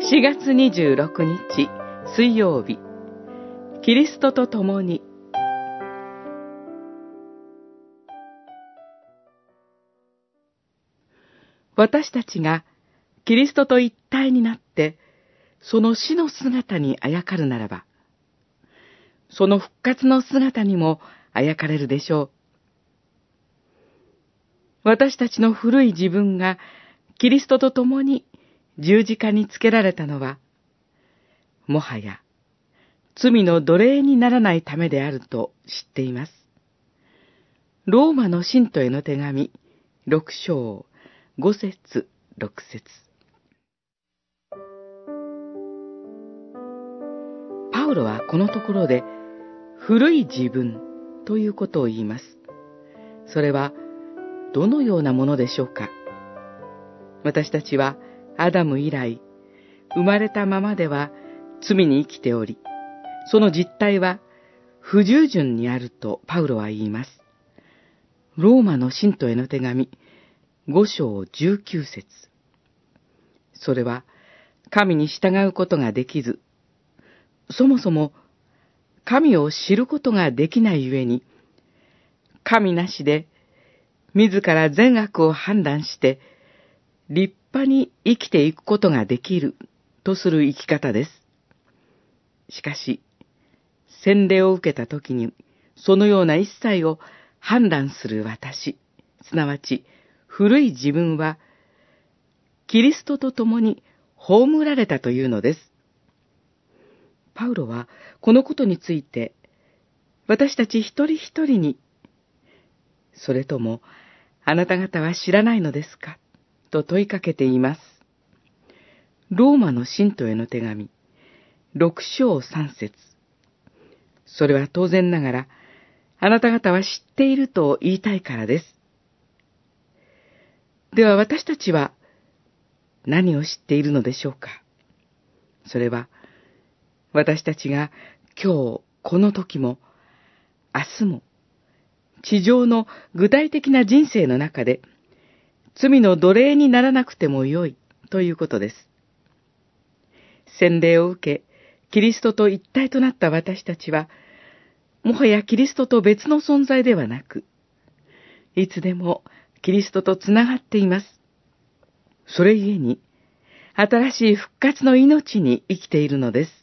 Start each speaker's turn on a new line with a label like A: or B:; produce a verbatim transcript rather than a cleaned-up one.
A: しがつにじゅうろくにち水曜日、キリストと共に。私たちがキリストと一体になってその死の姿にあやかるならば、その復活の姿にもあやかれるでしょう。私たちの古い自分がキリストと共に十字架につけられたのは、もはや罪の奴隷にならないためであると知っています。ローマの信徒への手紙、六章、五節、六節。パウロはこのところで、古い自分ということを言います。それは、どのようなものでしょうか。私たちはアダム以来、生まれたままでは罪に生きており、その実態は不従順にあるとパウロは言います。ローマの信徒への手紙、五章十九節。それは神に従うことができず、そもそも神を知ることができないゆえに、神なしで自ら善悪を判断して立派に生きていくことができるとする生き方です。しかし、洗礼を受けたときにそのような一切を判断する私、すなわち古い自分はキリストと共に葬られたというのです。パウロはこのことについて私たち一人一人に、それともあなた方は知らないのですかと問いかけています。ローマの信徒への手紙、六章三節。それは当然ながら、あなた方は知っていると言いたいからです。では私たちは何を知っているのでしょうか。それは、私たちが今日この時も、明日も、地上の具体的な人生の中で、罪の奴隷にならなくてもよいということです。洗礼を受け、キリストと一体となった私たちは、もはやキリストと別の存在ではなく、いつでもキリストとつながっています。それゆえに、新しい復活の命に生きているのです。